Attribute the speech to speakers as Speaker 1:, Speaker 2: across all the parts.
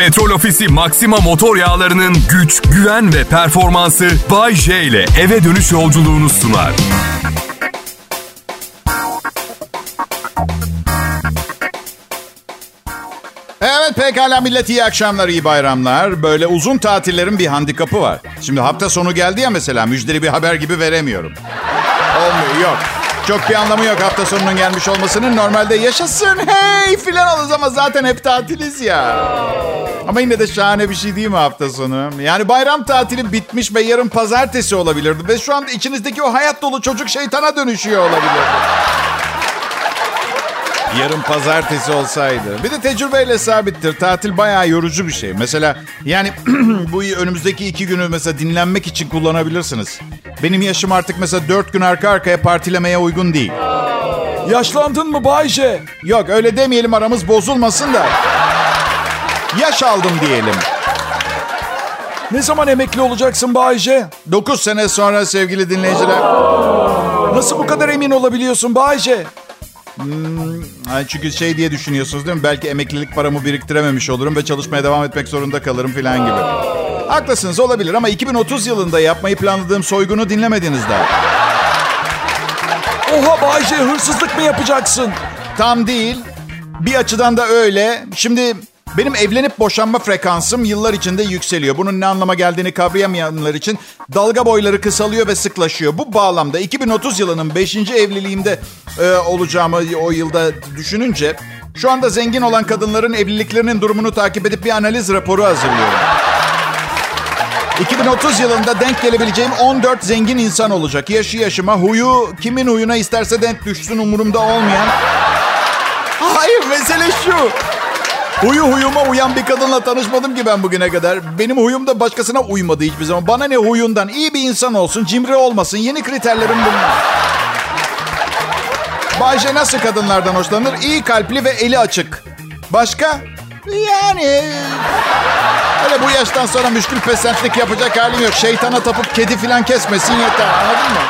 Speaker 1: Petrol Ofisi Maxima motor yağlarının güç, güven ve performansı Bay J ile eve dönüş yolculuğunu sunar.
Speaker 2: Evet, pekala millet, iyi akşamlar, iyi bayramlar. Böyle uzun tatillerin bir handikapı var. Şimdi hafta sonu geldi ya mesela, müjdeli bir haber gibi veremiyorum. Olmuyor, yok. Çok bir anlamı yok hafta sonunun gelmiş olmasının. Normalde yaşasın hey filan oluruz ama zaten hep tatiliz ya. Ama yine de şahane bir şey değil mi hafta sonu? Yani bayram tatili bitmiş ve yarın pazartesi olabilirdi. Ve şu anda içinizdeki o hayat dolu çocuk şeytana dönüşüyor olabilirdi. Yarın pazartesi olsaydı. Bir de tecrübeyle sabittir. Tatil bayağı yorucu bir şey. Mesela yani bu önümüzdeki 2 günü mesela dinlenmek için kullanabilirsiniz. Benim yaşım artık mesela 4 gün arka arkaya partilemeye uygun değil.
Speaker 3: Yaşlandın mı Bayce?
Speaker 2: Yok öyle demeyelim, aramız bozulmasın da. Yaş aldım diyelim.
Speaker 3: Ne zaman emekli olacaksın Bayce?
Speaker 2: 9 sene sonra sevgili dinleyiciler.
Speaker 3: Nasıl bu kadar emin olabiliyorsun Bayce?
Speaker 2: Çünkü şey diye düşünüyorsunuz değil mi? Belki emeklilik paramı biriktirememiş olurum ve çalışmaya devam etmek zorunda kalırım falan gibi. Haklısınız, olabilir ama 2030 yılında yapmayı planladığım soygunu dinlemediniz daha.
Speaker 3: Oha Bayce, hırsızlık mı yapacaksın?
Speaker 2: Tam değil. Bir açıdan da öyle. Şimdi benim evlenip boşanma frekansım yıllar içinde yükseliyor. Bunun ne anlama geldiğini kavrayamayanlar için dalga boyları kısalıyor ve sıklaşıyor. Bu bağlamda 2030 yılının 5. evliliğimde olacağımı o yılda düşününce şu anda zengin olan kadınların evliliklerinin durumunu takip edip bir analiz raporu hazırlıyorum. 2030 yılında denk gelebileceğim 14 zengin insan olacak. Yaşı yaşıma, huyu kimin huyuna isterse denk düşsün umurumda olmayan. Hayır, mesele şu. Huyuma uyan bir kadınla tanışmadım ki ben bugüne kadar. Benim huyum da başkasına uymadı hiçbir zaman. Bana ne huyundan? İyi bir insan olsun, cimri olmasın. Yeni kriterlerim bunlar. Bayce nasıl kadınlardan hoşlanır? İyi kalpli ve eli açık. Başka? Yani... Öyle bu yaştan sonra müşkül pesentlik yapacak halim yok. Şeytana tapıp kedi filan kesmesin yeter. Anladın mı?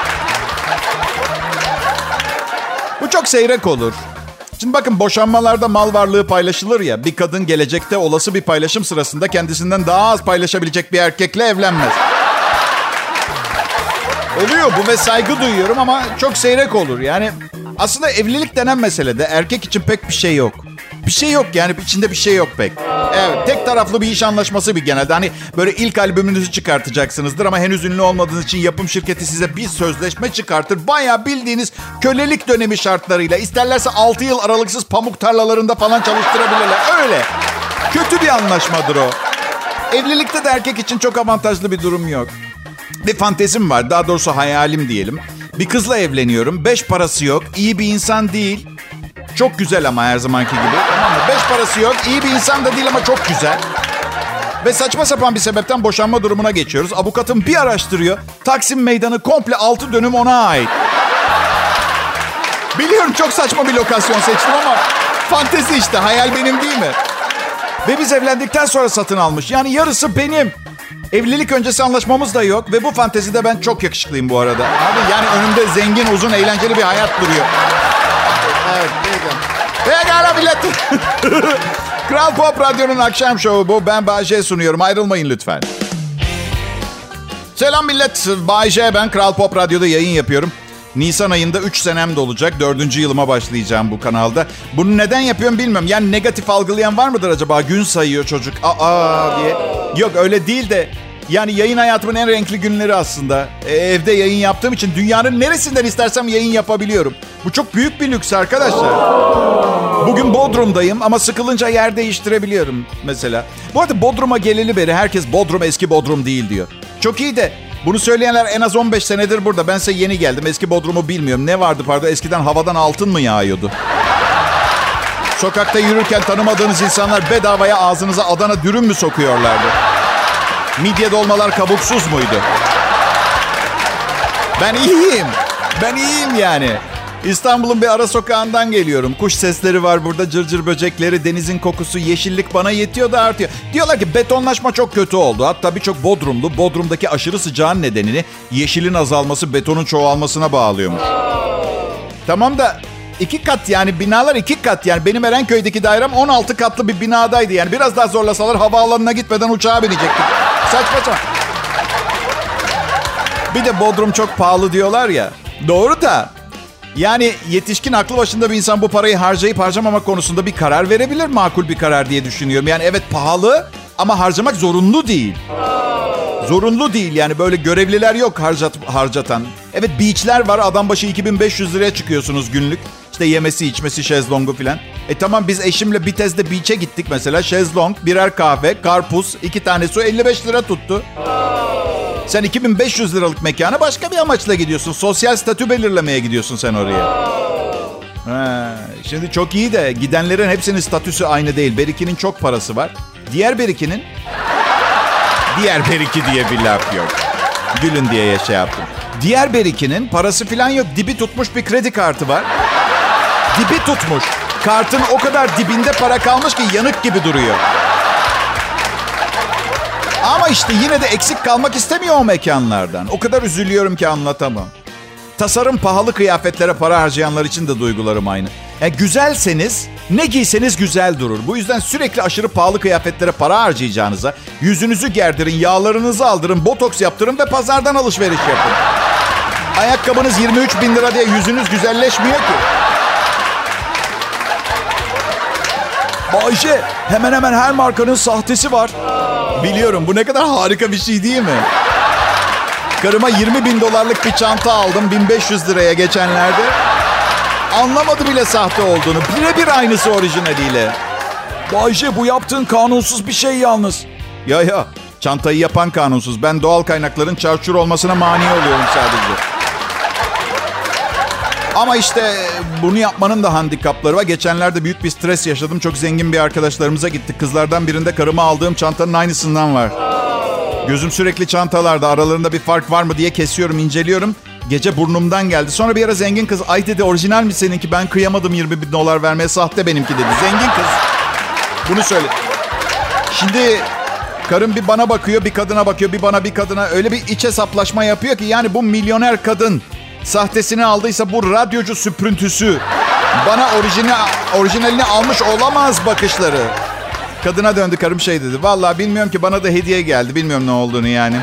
Speaker 2: Bu çok seyrek olur. Şimdi bakın, boşanmalarda mal varlığı paylaşılır ya. Bir kadın gelecekte olası bir paylaşım sırasında kendisinden daha az paylaşabilecek bir erkekle evlenmez. Oluyor bu ve saygı duyuyorum ama çok seyrek olur. Yani aslında evlilik denen meselede erkek için pek bir şey yok. Bir şey yok yani, içinde bir şey yok pek. Evet, tek taraflı bir iş anlaşması bir genelde. Hani böyle ilk albümünüzü çıkartacaksınızdır ama henüz ünlü olmadığınız için yapım şirketi size bir sözleşme çıkartır. Bayağı bildiğiniz kölelik dönemi şartlarıyla. İsterlerse 6 yıl aralıksız pamuk tarlalarında falan çalıştırabilirler. Öyle. Kötü bir anlaşmadır o. Evlilikte de erkek için çok avantajlı bir durum yok. Bir fantezim var, daha doğrusu hayalim diyelim. Bir kızla evleniyorum, 5 parası yok, iyi bir insan değil. Çok güzel ama her zamanki gibi. Tamam mı? 5 parası yok, iyi bir insan da değil ama çok güzel. Ve saçma sapan bir sebepten boşanma durumuna geçiyoruz. Avukatım bir araştırıyor. Taksim Meydanı komple 6 dönüm ona ait. Biliyorum çok saçma bir lokasyon seçtim ama fantezi işte, hayal benim değil mi? Ve biz evlendikten sonra satın almış. Yani yarısı benim. Evlilik öncesi anlaşmamız da yok. Ve bu fantezide ben çok yakışıklıyım bu arada. Abi yani önümde zengin, uzun, eğlenceli bir hayat duruyor. Evet, pekala millet. Kral Pop Radyo'nun akşam şovu bu. Ben Bay J sunuyorum. Ayrılmayın lütfen. Selam millet. Bay J ben. Kral Pop Radyo'da yayın yapıyorum. Nisan ayında 3 senem dolacak. 4. yılıma başlayacağım bu kanalda. Bunu neden yapıyorum bilmiyorum. Yani negatif algılayan var mıdır acaba? Gün sayıyor çocuk. Diye. Yok öyle değil de. Yani yayın hayatımın en renkli günleri aslında. Evde yayın yaptığım için dünyanın neresinden istersem yayın yapabiliyorum. Bu çok büyük bir lüks arkadaşlar. Bugün Bodrum'dayım ama sıkılınca yer değiştirebiliyorum mesela. Bu arada Bodrum'a geleli beri herkes Bodrum eski Bodrum değil diyor. Çok iyi de bunu söyleyenler en az 15 senedir burada. Bense yeni geldim. Eski Bodrum'u bilmiyorum. Ne vardı pardon? Eskiden havadan altın mı yağıyordu? Sokakta yürürken tanımadığınız insanlar bedavaya ağzınıza Adana dürüm mü sokuyorlardı? Midye dolmalar kabuksuz muydu? Ben iyiyim yani. İstanbul'un bir ara sokağından geliyorum. Kuş sesleri var burada, cırcır böcekleri, denizin kokusu, yeşillik bana yetiyor da artıyor. Diyorlar ki betonlaşma çok kötü oldu. Hatta birçok Bodrumlu Bodrum'daki aşırı sıcağın nedenini yeşilin azalması, betonun çoğalmasına bağlıyormuş. Tamam da 2 kat yani binalar 2 kat yani. Benim Erenköy'deki dairem 16 katlı bir binadaydı yani. Biraz daha zorlasalar havaalanına gitmeden uçağa binecektik. Saçma sapan. Bir de Bodrum çok pahalı diyorlar ya. Doğru da. Yani yetişkin aklı başında bir insan bu parayı harcayıp harcamamak konusunda bir karar verebilir. Makul bir karar diye düşünüyorum. Yani evet pahalı ama harcamak zorunlu değil. Zorunlu değil yani böyle görevliler yok harcatan. Evet beachler var, adam başı 2500 liraya çıkıyorsunuz günlük. İşte yemesi içmesi şezlongu filan. Tamam biz eşimle Bitez'de beach'e gittik mesela. Şezlong, birer kahve, karpuz, 2 tane su 55 lira tuttu. Sen 2500 liralık mekana başka bir amaçla gidiyorsun. Sosyal statü belirlemeye gidiyorsun sen oraya. Şimdi çok iyi de gidenlerin hepsinin statüsü aynı değil. Berikinin çok parası var. Diğer Beriki diye bir laf yok. Gülün diye şey yaptım. Diğer Beriki'nin parası falan yok. Dibi tutmuş bir kredi kartı var. Dibi tutmuş. Kartın o kadar dibinde para kalmış ki yanık gibi duruyor. Ama işte yine de eksik kalmak istemiyor o mekanlardan. O kadar üzülüyorum ki anlatamam. Tasarım pahalı kıyafetlere para harcayanlar için de duygularım aynı. Yani güzelseniz ne giyseniz güzel durur. Bu yüzden sürekli aşırı pahalı kıyafetlere para harcayacağınıza yüzünüzü gerdirin, yağlarınızı aldırın, botoks yaptırın ve pazardan alışveriş yapın. Ayakkabınız 23 bin lira diye yüzünüz güzelleşmiyor ki.
Speaker 3: Bayşe, hemen hemen her markanın sahtesi var.
Speaker 2: Biliyorum, bu ne kadar harika bir şey değil mi? Karıma 20 bin dolarlık bir çanta aldım 1500 liraya geçenlerde. Anlamadı bile sahte olduğunu. Birebir aynısı orijinaliyle.
Speaker 3: Bayşe, bu yaptığın kanunsuz bir şey yalnız.
Speaker 2: Ya. Çantayı yapan kanunsuz. Ben doğal kaynakların çarçur olmasına mani oluyorum sadece. Ama işte bunu yapmanın da handikapları var. Geçenlerde büyük bir stres yaşadım. Çok zengin bir arkadaşlarımıza gittik. Kızlardan birinde karıma aldığım çantanın aynısından var. Gözüm sürekli çantalarda. Aralarında bir fark var mı diye kesiyorum, inceliyorum. Gece burnumdan geldi. Sonra bir ara zengin kız, ay dedi orijinal mi seninki? Ben kıyamadım 20 bin dolar vermeye, sahte benimki dedi. Zengin kız. Bunu söyle. Şimdi karım bir bana bakıyor, bir kadına bakıyor, bir bana, bir kadına. Öyle bir iç hesaplaşma yapıyor ki yani bu milyoner kadın sahtesini aldıysa bu radyocu süprüntüsü bana orijinalini almış olamaz bakışları. Kadına döndü, karım şey dedi. Vallahi bilmiyorum ki, bana da hediye geldi. Bilmiyorum ne olduğunu yani.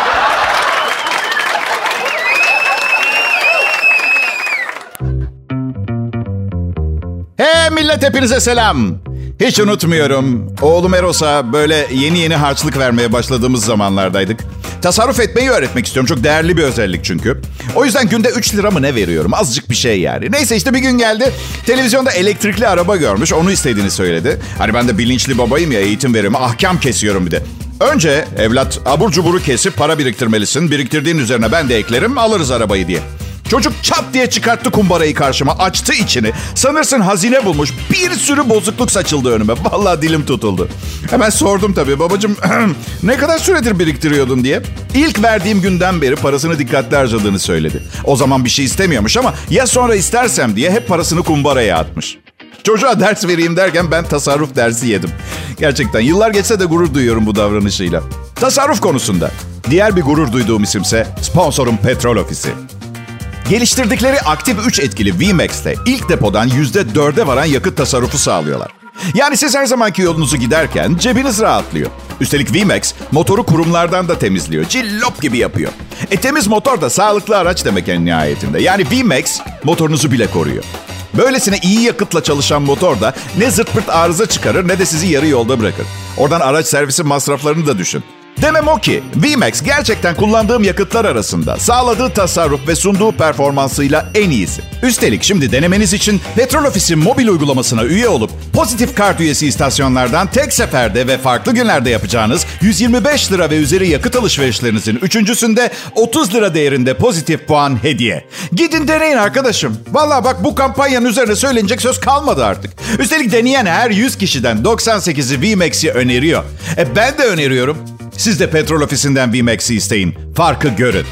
Speaker 2: Hey millet, hepinize selam. Hiç unutmuyorum. Oğlum Eros'a böyle yeni harçlık vermeye başladığımız zamanlardaydık. Tasarruf etmeyi öğretmek istiyorum. Çok değerli bir özellik çünkü. O yüzden günde 3 lira mı ne veriyorum? Azıcık bir şey yani. Neyse işte bir gün geldi. Televizyonda elektrikli araba görmüş. Onu istediğini söyledi. Hani ben de bilinçli babayım ya, eğitim veriyorum. Ahkam kesiyorum bir de. Önce evlat abur cuburu kesip para biriktirmelisin. Biriktirdiğin üzerine ben de eklerim, alırız arabayı diye. Çocuk çat diye çıkarttı kumbarayı karşıma. Açtı içini. Sanırsın hazine bulmuş. Bir sürü bozukluk saçıldı önüme. Vallahi dilim tutuldu. Hemen sordum tabii. Babacığım ne kadar süredir biriktiriyordun diye. İlk verdiğim günden beri parasını dikkatli harcadığını söyledi. O zaman bir şey istemiyormuş ama ya sonra istersem diye hep parasını kumbaraya atmış. Çocuğa ders vereyim derken ben tasarruf dersi yedim. Gerçekten yıllar geçse de gurur duyuyorum bu davranışıyla. Tasarruf konusunda. Diğer bir gurur duyduğum isimse sponsorum Petrol Ofisi. Geliştirdikleri aktif 3 etkili VMAX'te ilk depodan %4'e varan yakıt tasarrufu sağlıyorlar. Yani siz her zamanki yolunuzu giderken cebiniz rahatlıyor. Üstelik VMAX motoru kurumlardan da temizliyor. Cillop gibi yapıyor. Temiz motor da sağlıklı araç demek en nihayetinde. Yani VMAX motorunuzu bile koruyor. Böylesine iyi yakıtla çalışan motor da ne zırt pırt arıza çıkarır ne de sizi yarı yolda bırakır. Oradan araç servisi masraflarını da düşün. Demem o ki VMAX gerçekten kullandığım yakıtlar arasında sağladığı tasarruf ve sunduğu performansıyla en iyisi. Üstelik şimdi denemeniz için Petrol Ofisi mobil uygulamasına üye olup pozitif kart üyesi istasyonlardan tek seferde ve farklı günlerde yapacağınız 125 lira ve üzeri yakıt alışverişlerinizin üçüncüsünde 30 lira değerinde pozitif puan hediye. Gidin deneyin arkadaşım. Vallahi bak, bu kampanyanın üzerine söylenecek söz kalmadı artık. Üstelik deneyen her 100 kişiden 98'i VMAX'i öneriyor. Ben de öneriyorum. Siz de Petrol Ofisi'nden VMAX'i isteyin. Farkı görün.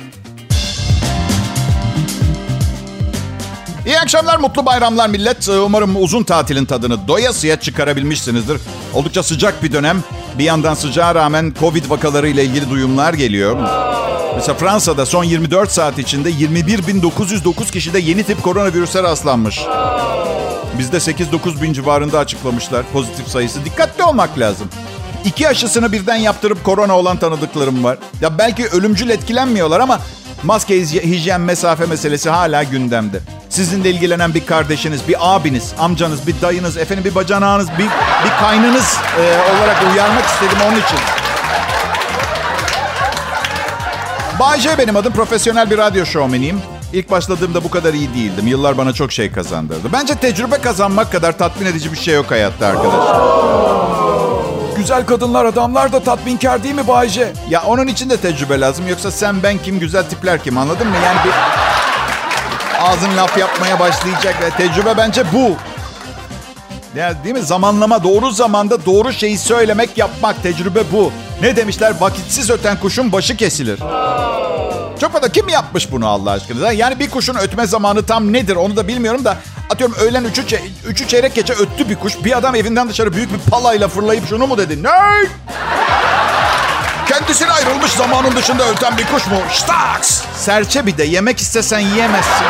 Speaker 2: İyi akşamlar, mutlu bayramlar millet. Umarım uzun tatilin tadını doyasıya çıkarabilmişsinizdir. Oldukça sıcak bir dönem. Bir yandan sıcağa rağmen Covid vakaları ile ilgili duyumlar geliyor. Mesela Fransa'da son 24 saat içinde 21.909 kişide yeni tip koronavirüse rastlanmış. Bizde 8-9 bin civarında açıklamışlar pozitif sayısı. Dikkatli olmak lazım. 2 aşısını birden yaptırıp korona olan tanıdıklarım var. Ya belki ölümcül etkilenmiyorlar ama maske, hijyen, mesafe meselesi hala gündemde. Sizinle ilgilenen bir kardeşiniz, bir abiniz, amcanız, bir dayınız, efendim bir bacanağınız, bir kaynınız olarak uyarmak istedim onun için. Bay J benim adım. Profesyonel bir radyo şovmeniyim. İlk başladığımda bu kadar iyi değildim. Yıllar bana çok şey kazandırdı. Bence tecrübe kazanmak kadar tatmin edici bir şey yok hayatta arkadaşlar.
Speaker 3: Güzel kadınlar, adamlar da tatminkar değil mi Bay J?
Speaker 2: Ya onun için de tecrübe lazım. Yoksa sen, ben kim, güzel tipler kim, anladın mı? Yani bir ağzın laf yapmaya başlayacak. Tecrübe bence bu. Ya değil mi? Zamanlama, doğru zamanda doğru şeyi söylemek, yapmak. Tecrübe bu. Ne demişler? Vakitsiz öten kuşun başı kesilir. Çok fazla kim yapmış bunu Allah aşkına? Yani bir kuşun ötme zamanı tam nedir onu da bilmiyorum da... Atıyorum öğlen 3'ü çeyrek geçe öttü bir kuş. Bir adam evinden dışarı büyük bir palayla fırlayıp şunu mu dedi? Ne? Kendisine ayrılmış zamanın dışında öten bir kuş mu? Staks! Serçe bir de yemek istesen yiyemezsin.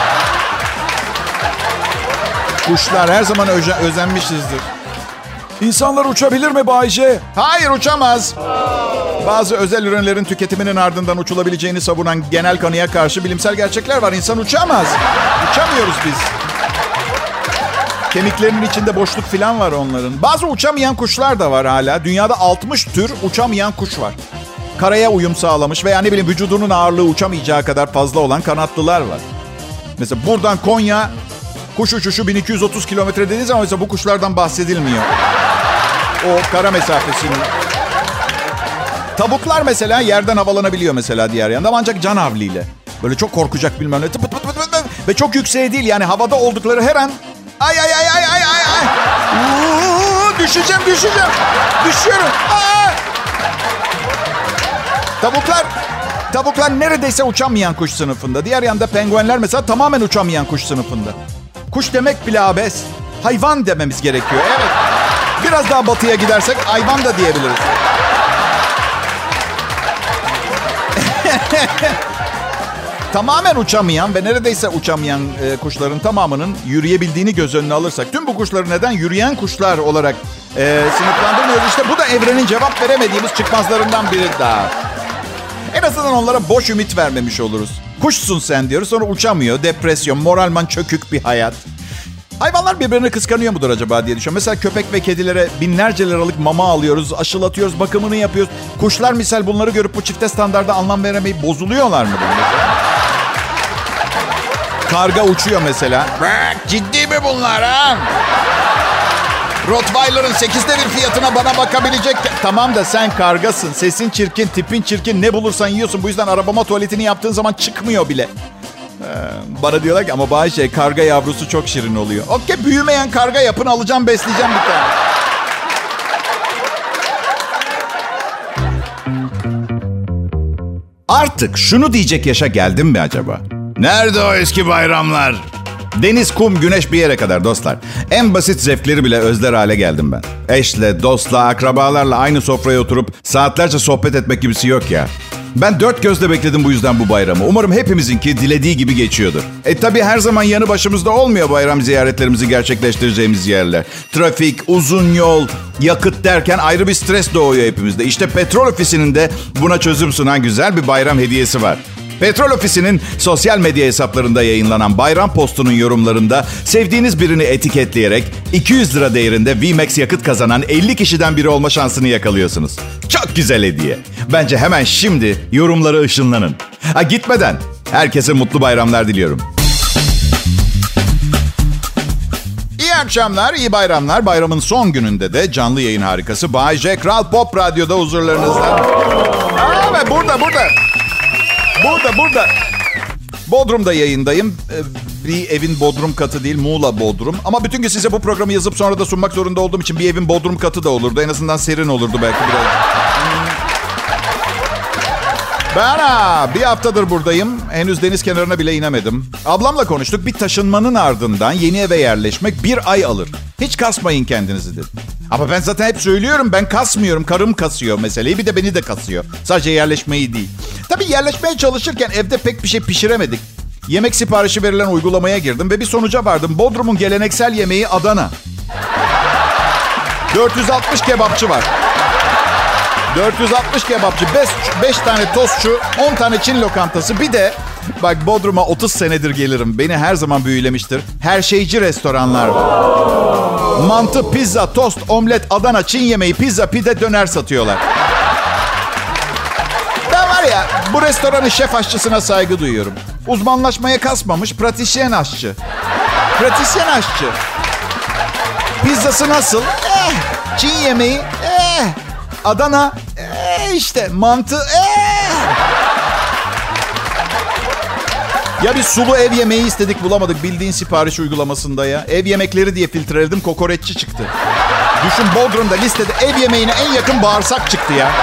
Speaker 2: Kuşlar her zaman özenmişizdir.
Speaker 3: İnsanlar uçabilir mi Bay J?
Speaker 2: Hayır, uçamaz. Bazı özel ürünlerin tüketiminin ardından uçulabileceğini savunan genel kanıya karşı bilimsel gerçekler var. İnsan uçamaz. Uçamıyoruz biz. Kemiklerinin içinde boşluk falan var onların. Bazı uçamayan kuşlar da var hala. Dünyada 60 tür uçamayan kuş var. Karaya uyum sağlamış veya ne bileyim vücudunun ağırlığı uçamayacağı kadar fazla olan kanatlılar var. Mesela buradan Konya kuş uçuşu 1230 kilometre dediğiniz zaman mesela bu kuşlardan bahsedilmiyor. O kara mesafesini. Tavuklar mesela yerden havalanabiliyor mesela diğer yandan ancak can havliyle. Böyle çok korkacak bilmem ne. Tıp tıp tıp tıp tıp. Ve çok yükseğe değil yani havada oldukları her an ay. Düşeceğim. Düşüyorum. Tavuklar neredeyse uçamayan kuş sınıfında. Diğer yanda penguenler mesela tamamen uçamayan kuş sınıfında. Kuş demek bile abes. Hayvan dememiz gerekiyor. Evet. Biraz daha batıya gidersek hayvan da diyebiliriz. Tamamen uçamayan ve neredeyse uçamayan kuşların tamamının yürüyebildiğini göz önüne alırsak... Tüm bu kuşları neden yürüyen kuşlar olarak sınıflandırmıyoruz? İşte bu da evrenin cevap veremediğimiz çıkmazlarından biri daha. En azından onlara boş ümit vermemiş oluruz. Kuşsun sen diyoruz, sonra uçamıyor. Depresyon, moralman çökük bir hayat. Hayvanlar birbirini kıskanıyor mudur acaba diye düşünüyorum. Mesela köpek ve kedilere binlerce liralık mama alıyoruz, aşılatıyoruz, bakımını yapıyoruz. Kuşlar misal bunları görüp bu çifte standarda anlam veremeyip bozuluyorlar mı? Karga uçuyor mesela. Ciddi mi bunlar ha? Rottweiler'ın 8'de bir fiyatına bana bakabilecek... Tamam da sen kargasın. Sesin çirkin, tipin çirkin. Ne bulursan yiyorsun. Bu yüzden arabama tuvaletini yaptığın zaman çıkmıyor bile. Bana diyorlar ki ama Bayşe karga yavrusu çok şirin oluyor. Okey, büyümeyen karga yapın, alacağım, besleyeceğim bir tane. Artık şunu diyecek yaşa geldim mi acaba? Nerede o eski bayramlar? Deniz, kum, güneş bir yere kadar dostlar. En basit zevkleri bile özler hale geldim ben. Eşle, dostla, akrabalarla aynı sofraya oturup saatlerce sohbet etmek gibisi yok ya. Ben dört gözle bekledim bu yüzden bu bayramı. Umarım hepimizinki dilediği gibi geçiyordur. Tabii her zaman yanı başımızda olmuyor bayram ziyaretlerimizi gerçekleştireceğimiz yerler. Trafik, uzun yol, yakıt derken ayrı bir stres doğuyor hepimizde. İşte Petrol Ofisi'nin de buna çözüm sunan güzel bir bayram hediyesi var. Petrol Ofisi'nin sosyal medya hesaplarında yayınlanan bayram postunun yorumlarında sevdiğiniz birini etiketleyerek 200 lira değerinde VMAX yakıt kazanan 50 kişiden biri olma şansını yakalıyorsunuz. Çok güzel hediye. Bence hemen şimdi yorumları ışınlanın. Gitmeden herkese mutlu bayramlar diliyorum. İyi akşamlar, iyi bayramlar. Bayramın son gününde de canlı yayın harikası Bay J Kral Pop Radyo'da huzurlarınızda. Ve burada. Bodrum'da yayındayım. Bir evin bodrum katı değil, Muğla Bodrum. Ama bütün gün size bu programı yazıp sonra da sunmak zorunda olduğum için bir evin bodrum katı da olurdu. En azından serin olurdu belki biraz. Ben bir haftadır buradayım. Henüz deniz kenarına bile inemedim. Ablamla konuştuk. Bir taşınmanın ardından yeni eve yerleşmek 1 ay alır. Hiç kasmayın kendinizi dedi. Ama ben zaten hep söylüyorum, ben kasmıyorum. Karım kasıyor meseleyi, bir de beni de kasıyor. Sadece yerleşmeyi değil. Tabii yerleşmeye çalışırken evde pek bir şey pişiremedik. Yemek siparişi verilen uygulamaya girdim ve bir sonuca vardım. Bodrum'un geleneksel yemeği Adana. 460 kebapçı var. 460 kebapçı, 5 tane tostçu, 10 tane Çin lokantası. Bir de bak, Bodrum'a 30 senedir gelirim. Beni her zaman büyülemiştir. Her şeyci restoranlar var. Mantı, pizza, tost, omlet, Adana, Çin yemeği, pizza, pide, döner satıyorlar. Ben var ya, bu restoranın şef aşçısına saygı duyuyorum. Uzmanlaşmaya kasmamış, pratisyen aşçı. Pratisyen aşçı. Pizzası nasıl? Çin yemeği? Adana? İşte mantı? Ya bir sulu ev yemeği istedik, bulamadık bildiğin sipariş uygulamasında ya. Ev yemekleri diye filtreledim, kokoreççi çıktı. Düşün, Bodrum'da listede ev yemeğine en yakın bağırsak çıktı ya.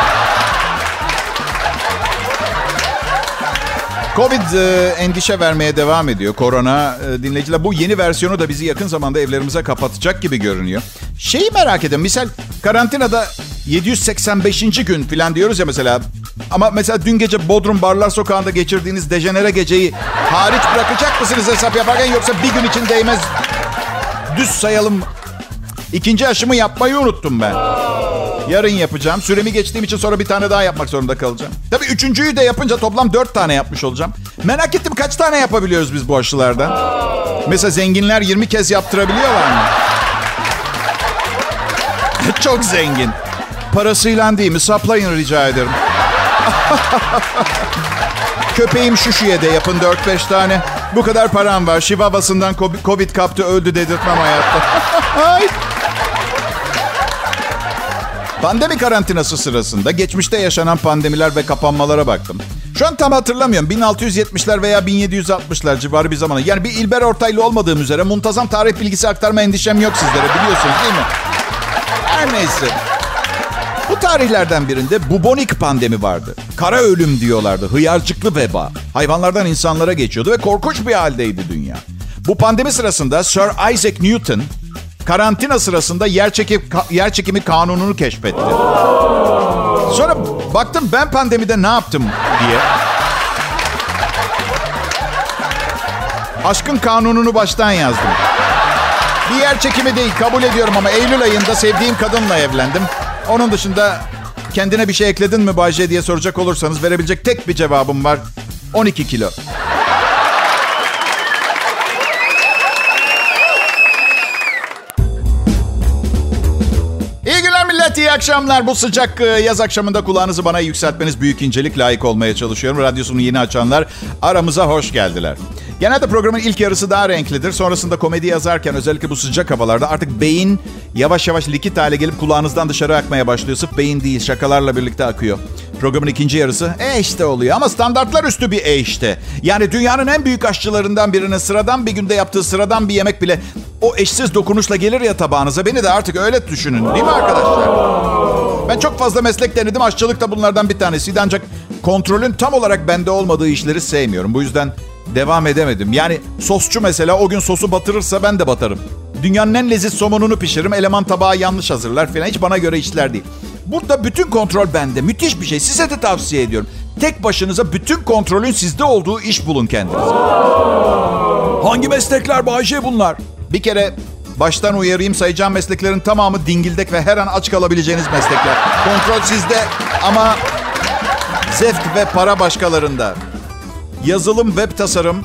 Speaker 2: Covid endişe vermeye devam ediyor. Korona dinleyiciler, bu yeni versiyonu da bizi yakın zamanda evlerimize kapatacak gibi görünüyor. Şeyi merak ediyorum. Misal karantinada 785. gün falan diyoruz ya mesela. Ama mesela dün gece Bodrum Barlar Sokağı'nda geçirdiğiniz dejenere geceyi hariç bırakacak mısınız hesap yaparken, yoksa bir gün için değmez düz sayalım. İkinci aşımı yapmayı unuttum ben. Yarın yapacağım. Süremi geçtiğim için sonra bir tane daha yapmak zorunda kalacağım. Tabii üçüncüyü de yapınca toplam 4 tane yapmış olacağım. Merak ettim, kaç tane yapabiliyoruz biz bu aşılardan? Mesela zenginler 20 kez yaptırabiliyorlar mı? Çok zengin. Parasıyla değil mi? Saplayın rica ederim. Köpeğim Şuşu'ya de yapın 4-5 tane. Bu kadar param var. Chihuahua'sından Covid kaptı, öldü dedirtmem hayatta. Pandemi karantinası sırasında geçmişte yaşanan pandemiler ve kapanmalara baktım. Şu an tam hatırlamıyorum. 1670'ler veya 1760'lar civarı bir zamana. Yani bir İlber Ortaylı olmadığım üzere muntazam tarih bilgisi aktarma endişem yok sizlere, biliyorsunuz değil mi? Her neyse. Bu tarihlerden birinde bubonik pandemi vardı. Kara ölüm diyorlardı. Hıyarcıklı veba. Hayvanlardan insanlara geçiyordu ve korkunç bir haldeydi dünya. Bu pandemi sırasında Sir Isaac Newton karantina sırasında yer çekimi kanununu keşfetti. Sonra baktım ben pandemide ne yaptım diye. Aşkın kanununu baştan yazdım. Bir yer çekimi değil, kabul ediyorum, ama Eylül ayında sevdiğim kadınla evlendim. Onun dışında kendine bir şey ekledin mi Bay J diye soracak olursanız verebilecek tek bir cevabım var. 12 kilo. İyi günler millet, iyi akşamlar. Bu sıcak yaz akşamında kulağınızı bana yükseltmeniz büyük incelik, layık olmaya çalışıyorum. Radyosunu yeni açanlar aramıza hoş geldiler. Genelde programın ilk yarısı daha renklidir. Sonrasında komedi yazarken özellikle bu sıcak havalarda artık beyin yavaş yavaş likit hale gelip kulağınızdan dışarı akmaya başlıyor. Sırf beyin değil, şakalarla birlikte akıyor. Programın ikinci yarısı işte oluyor ama standartlar üstü bir işte. Yani dünyanın en büyük aşçılarından birinin sıradan bir günde yaptığı sıradan bir yemek bile o eşsiz dokunuşla gelir ya tabağınıza. Beni de artık öyle düşünün, değil mi arkadaşlar? Ben çok fazla meslek denedim. Aşçılık da bunlardan bir tanesiydi. Ancak kontrolün tam olarak bende olmadığı işleri sevmiyorum. Bu yüzden devam edemedim. Yani sosçu mesela o gün sosu batırırsa ben de batarım. Dünyanın en leziz somonunu pişiririm. Eleman tabağı yanlış hazırlar falan. Hiç bana göre işler değil. Burada bütün kontrol bende. Müthiş bir şey. Size de tavsiye ediyorum. Tek başınıza bütün kontrolün sizde olduğu iş bulun kendinize.
Speaker 3: Hangi meslekler Bay J bunlar?
Speaker 2: Bir kere baştan uyarayım, sayacağım mesleklerin tamamı dingildek ve her an aç kalabileceğiniz meslekler. Kontrol sizde ama zevk ve para başkalarında. Yazılım, web tasarım,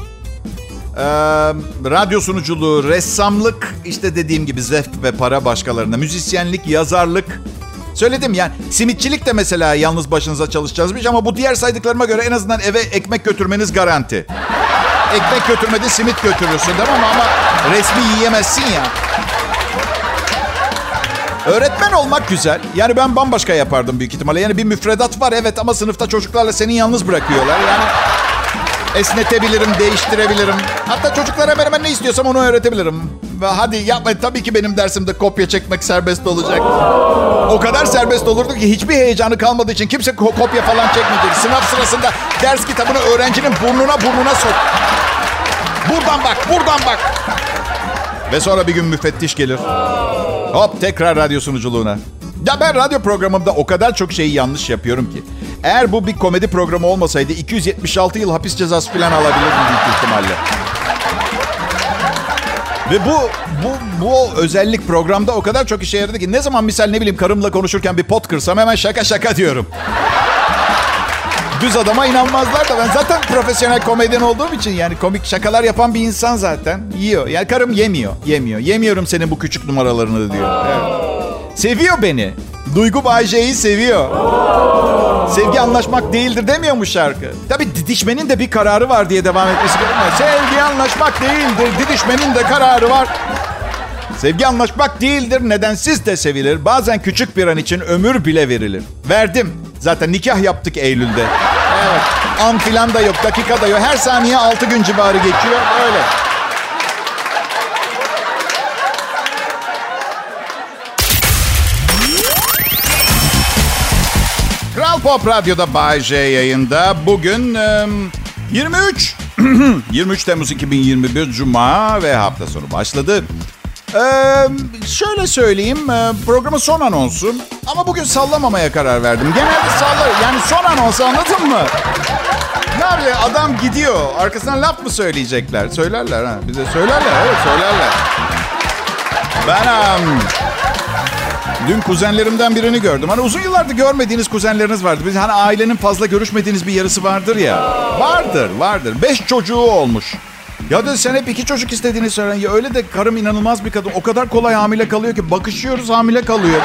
Speaker 2: radyo sunuculuğu, ressamlık, işte dediğim gibi zevk ve para başkalarında. Müzisyenlik, yazarlık. Söyledim yani, simitçilik de mesela yalnız başınıza çalışacağınız bir iş ama bu diğer saydıklarıma göre en azından eve ekmek götürmeniz garanti. Ekmek götürmedi, simit götürürsün tamam mı? Ama resmi yiyemezsin ya. Öğretmen olmak güzel. Yani ben bambaşka yapardım büyük ihtimalle. Yani bir müfredat var evet ama sınıfta çocuklarla seni yalnız bırakıyorlar. Yani esnetebilirim, değiştirebilirim. Hatta çocuklara hemen ne istiyorsam onu öğretebilirim. Ve hadi yapmayın, tabii ki benim dersimde kopya çekmek serbest olacak. O kadar serbest olurdu ki hiçbir heyecanı kalmadığı için kimse kopya falan çekmeyecek. Sınav sırasında ders kitabını öğrencinin burnuna sok. Buradan bak. Ve sonra bir gün müfettiş gelir. Hop tekrar radyo sunuculuğuna. Ya ben radyo programımda o kadar çok şeyi yanlış yapıyorum ki. Eğer bu bir komedi programı olmasaydı 276 yıl hapis cezası falan alabilirdim büyük ihtimalle. Ve bu özellik programda o kadar çok işe yaradı ki ne zaman misal ne bileyim karımla konuşurken bir pot kırsam hemen şaka diyorum. Düz adama inanmazlar da ben zaten profesyonel komedyen olduğum için yani komik şakalar yapan bir insan zaten yiyor. Yani karım yemiyor. Yemiyorum senin bu küçük numaralarını diyor. Evet. Seviyor beni. Duygu Bayce'yi seviyor. Sevgi anlaşmak değildir demiyor mu şarkı? Tabii didişmenin de bir kararı var diye devam etmesi gerekmiyor. Sevgi anlaşmak değildir, didişmenin de kararı var. Sevgi anlaşmak değildir, nedensiz de sevilir. Bazen küçük bir an için ömür bile verilir. Verdim. Zaten nikah yaptık Eylül'de. Evet. An filan da yok, dakika da yok. Her saniye 6 gün civarı geçiyor. Öyle. Kral Pop Radyo'da Bay J yayında. Bugün 23 Temmuz 2021 Cuma ve hafta sonu başladı. Şöyle söyleyeyim, programın son anonsu. Ama bugün sallamamaya karar verdim. Genelde sallarım. Yani son anonsu, anladın mı? Ne yapıyor? Adam gidiyor. Arkasından laf mı söyleyecekler? Söylerler ha. Bize söylerler. Evet, söylerler. Ben dün kuzenlerimden birini gördüm. Hani uzun yıllardır görmediğiniz kuzenleriniz vardır. Biz hani ailenin fazla görüşmediğiniz bir yarısı vardır ya. Vardır. 5 çocuğu olmuş. Ya da sen hep 2 çocuk istediğini söylen. Ya öyle de karım inanılmaz bir kadın. O kadar kolay hamile kalıyor ki bakışıyoruz hamile kalıyor.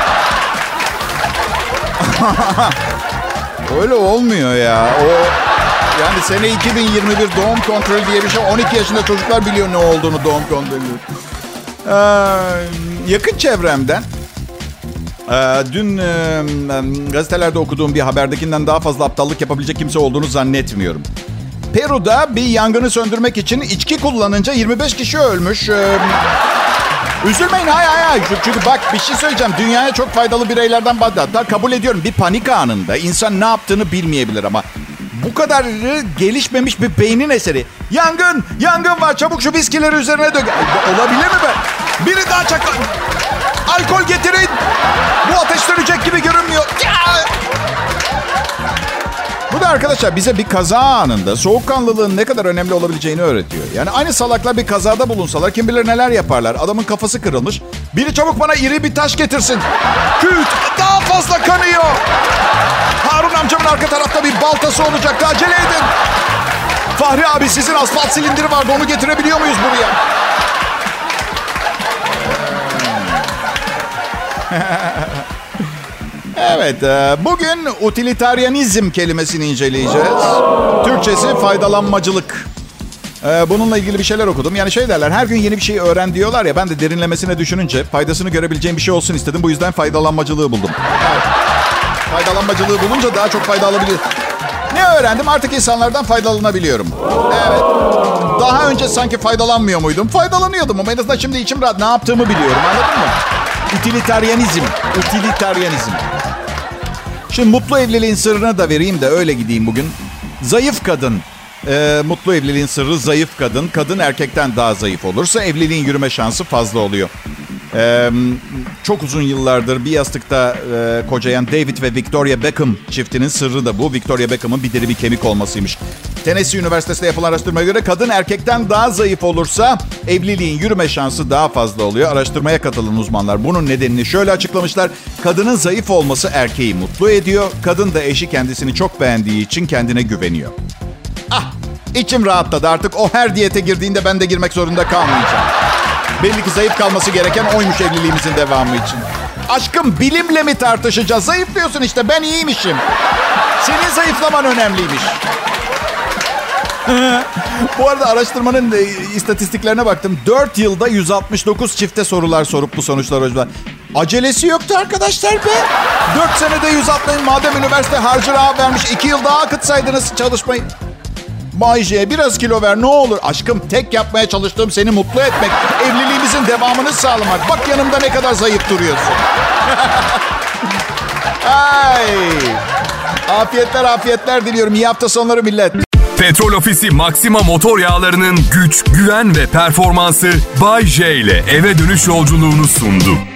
Speaker 2: Öyle olmuyor ya. Yani sene 2021 doğum kontrolü diye bir şey. 12 yaşında çocuklar biliyor ne olduğunu doğum kontrolü. Yakın çevremden dün gazetelerde okuduğum bir haberdekinden daha fazla aptallık yapabilecek kimse olduğunu zannetmiyorum. Peru'da bir yangını söndürmek için içki kullanınca 25 kişi ölmüş. Üzülmeyin, hayır. Çünkü bak bir şey söyleyeceğim. Dünyaya çok faydalı bireylerden bahsediyorum. Kabul ediyorum, bir panik anında insan ne yaptığını bilmeyebilir ama bu kadar gelişmemiş bir beynin eseri. Yangın var, çabuk şu viskileri üzerine dök. Olabilir mi be? Biri daha çakal. Alkol getirin. Bu ateşlenecek gibi görünmüyor. Bu da arkadaşlar bize bir kaza anında soğukkanlılığın ne kadar önemli olabileceğini öğretiyor. Yani aynı salaklar bir kazada bulunsalar kim bilir neler yaparlar. Adamın kafası kırılmış. Biri çabuk bana iri bir taş getirsin. Küt, daha fazla kanıyor. Harun amcamın arka tarafta bir baltası olacaktı. Acele edin. Fahri abi sizin asfalt silindiri vardı. Onu getirebiliyor muyuz buraya? Evet, bugün utilitarianizm kelimesini inceleyeceğiz. Türkçesi faydalanmacılık. Bununla ilgili bir şeyler okudum. Yani şey derler, her gün yeni bir şey öğren diyorlar ya. Ben de derinlemesine düşününce faydasını görebileceğim bir şey olsun istedim. Bu yüzden faydalanmacılığı buldum. Evet. Faydalanmacılığı bulunca daha çok fayda alabiliyorum. Ne öğrendim? Artık insanlardan faydalanabiliyorum. Evet. Daha önce sanki faydalanmıyor muydum? Faydalanıyordum ama en azından şimdi içim rahat. Ne yaptığımı biliyorum, anladın mı? Utilitarianizm. Şimdi mutlu evliliğin sırrını da vereyim de öyle gideyim bugün. Zayıf kadın. Mutlu evliliğin sırrı zayıf kadın. Kadın erkekten daha zayıf olursa evliliğin yürüme şansı fazla oluyor. Çok uzun yıllardır bir yastıkta kocayan David ve Victoria Beckham çiftinin sırrı da bu. Victoria Beckham'ın bir deri bir kemik olmasıymış. Tennessee Üniversitesi'nde yapılan araştırmaya göre kadın erkekten daha zayıf olursa evliliğin yürüme şansı daha fazla oluyor. Araştırmaya katılan uzmanlar bunun nedenini şöyle açıklamışlar. Kadının zayıf olması erkeği mutlu ediyor. Kadın da eşi kendisini çok beğendiği için kendine güveniyor. İçim rahatladı, artık o her diyete girdiğinde ben de girmek zorunda kalmayacağım. Belli ki zayıf kalması gereken oymuş evliliğimizin devamı için. Aşkım, bilimle mi tartışacağız? Zayıflıyorsun işte, ben iyiymişim. Senin zayıflaman önemliymiş. Bu arada araştırmanın istatistiklerine baktım. 4 yılda 169 çifte sorular sorup bu sonuçlar hoşlar. Acelesi yoktu arkadaşlar be. 4 senede 160, madem üniversite harcı rahat vermiş, 2 yıl daha akıtsaydınız çalışmayı. Bay J, biraz kilo ver ne olur. Aşkım, tek yapmaya çalıştığım seni mutlu etmek. Evliliğimizin devamını sağlamak. Bak yanımda ne kadar zayıf duruyorsun. Ay. Afiyetler diliyorum. İyi hafta sonları millet.
Speaker 1: Petrol Ofisi Maxima motor yağlarının güç, güven ve performansı Bay J ile eve dönüş yolculuğunu sundu.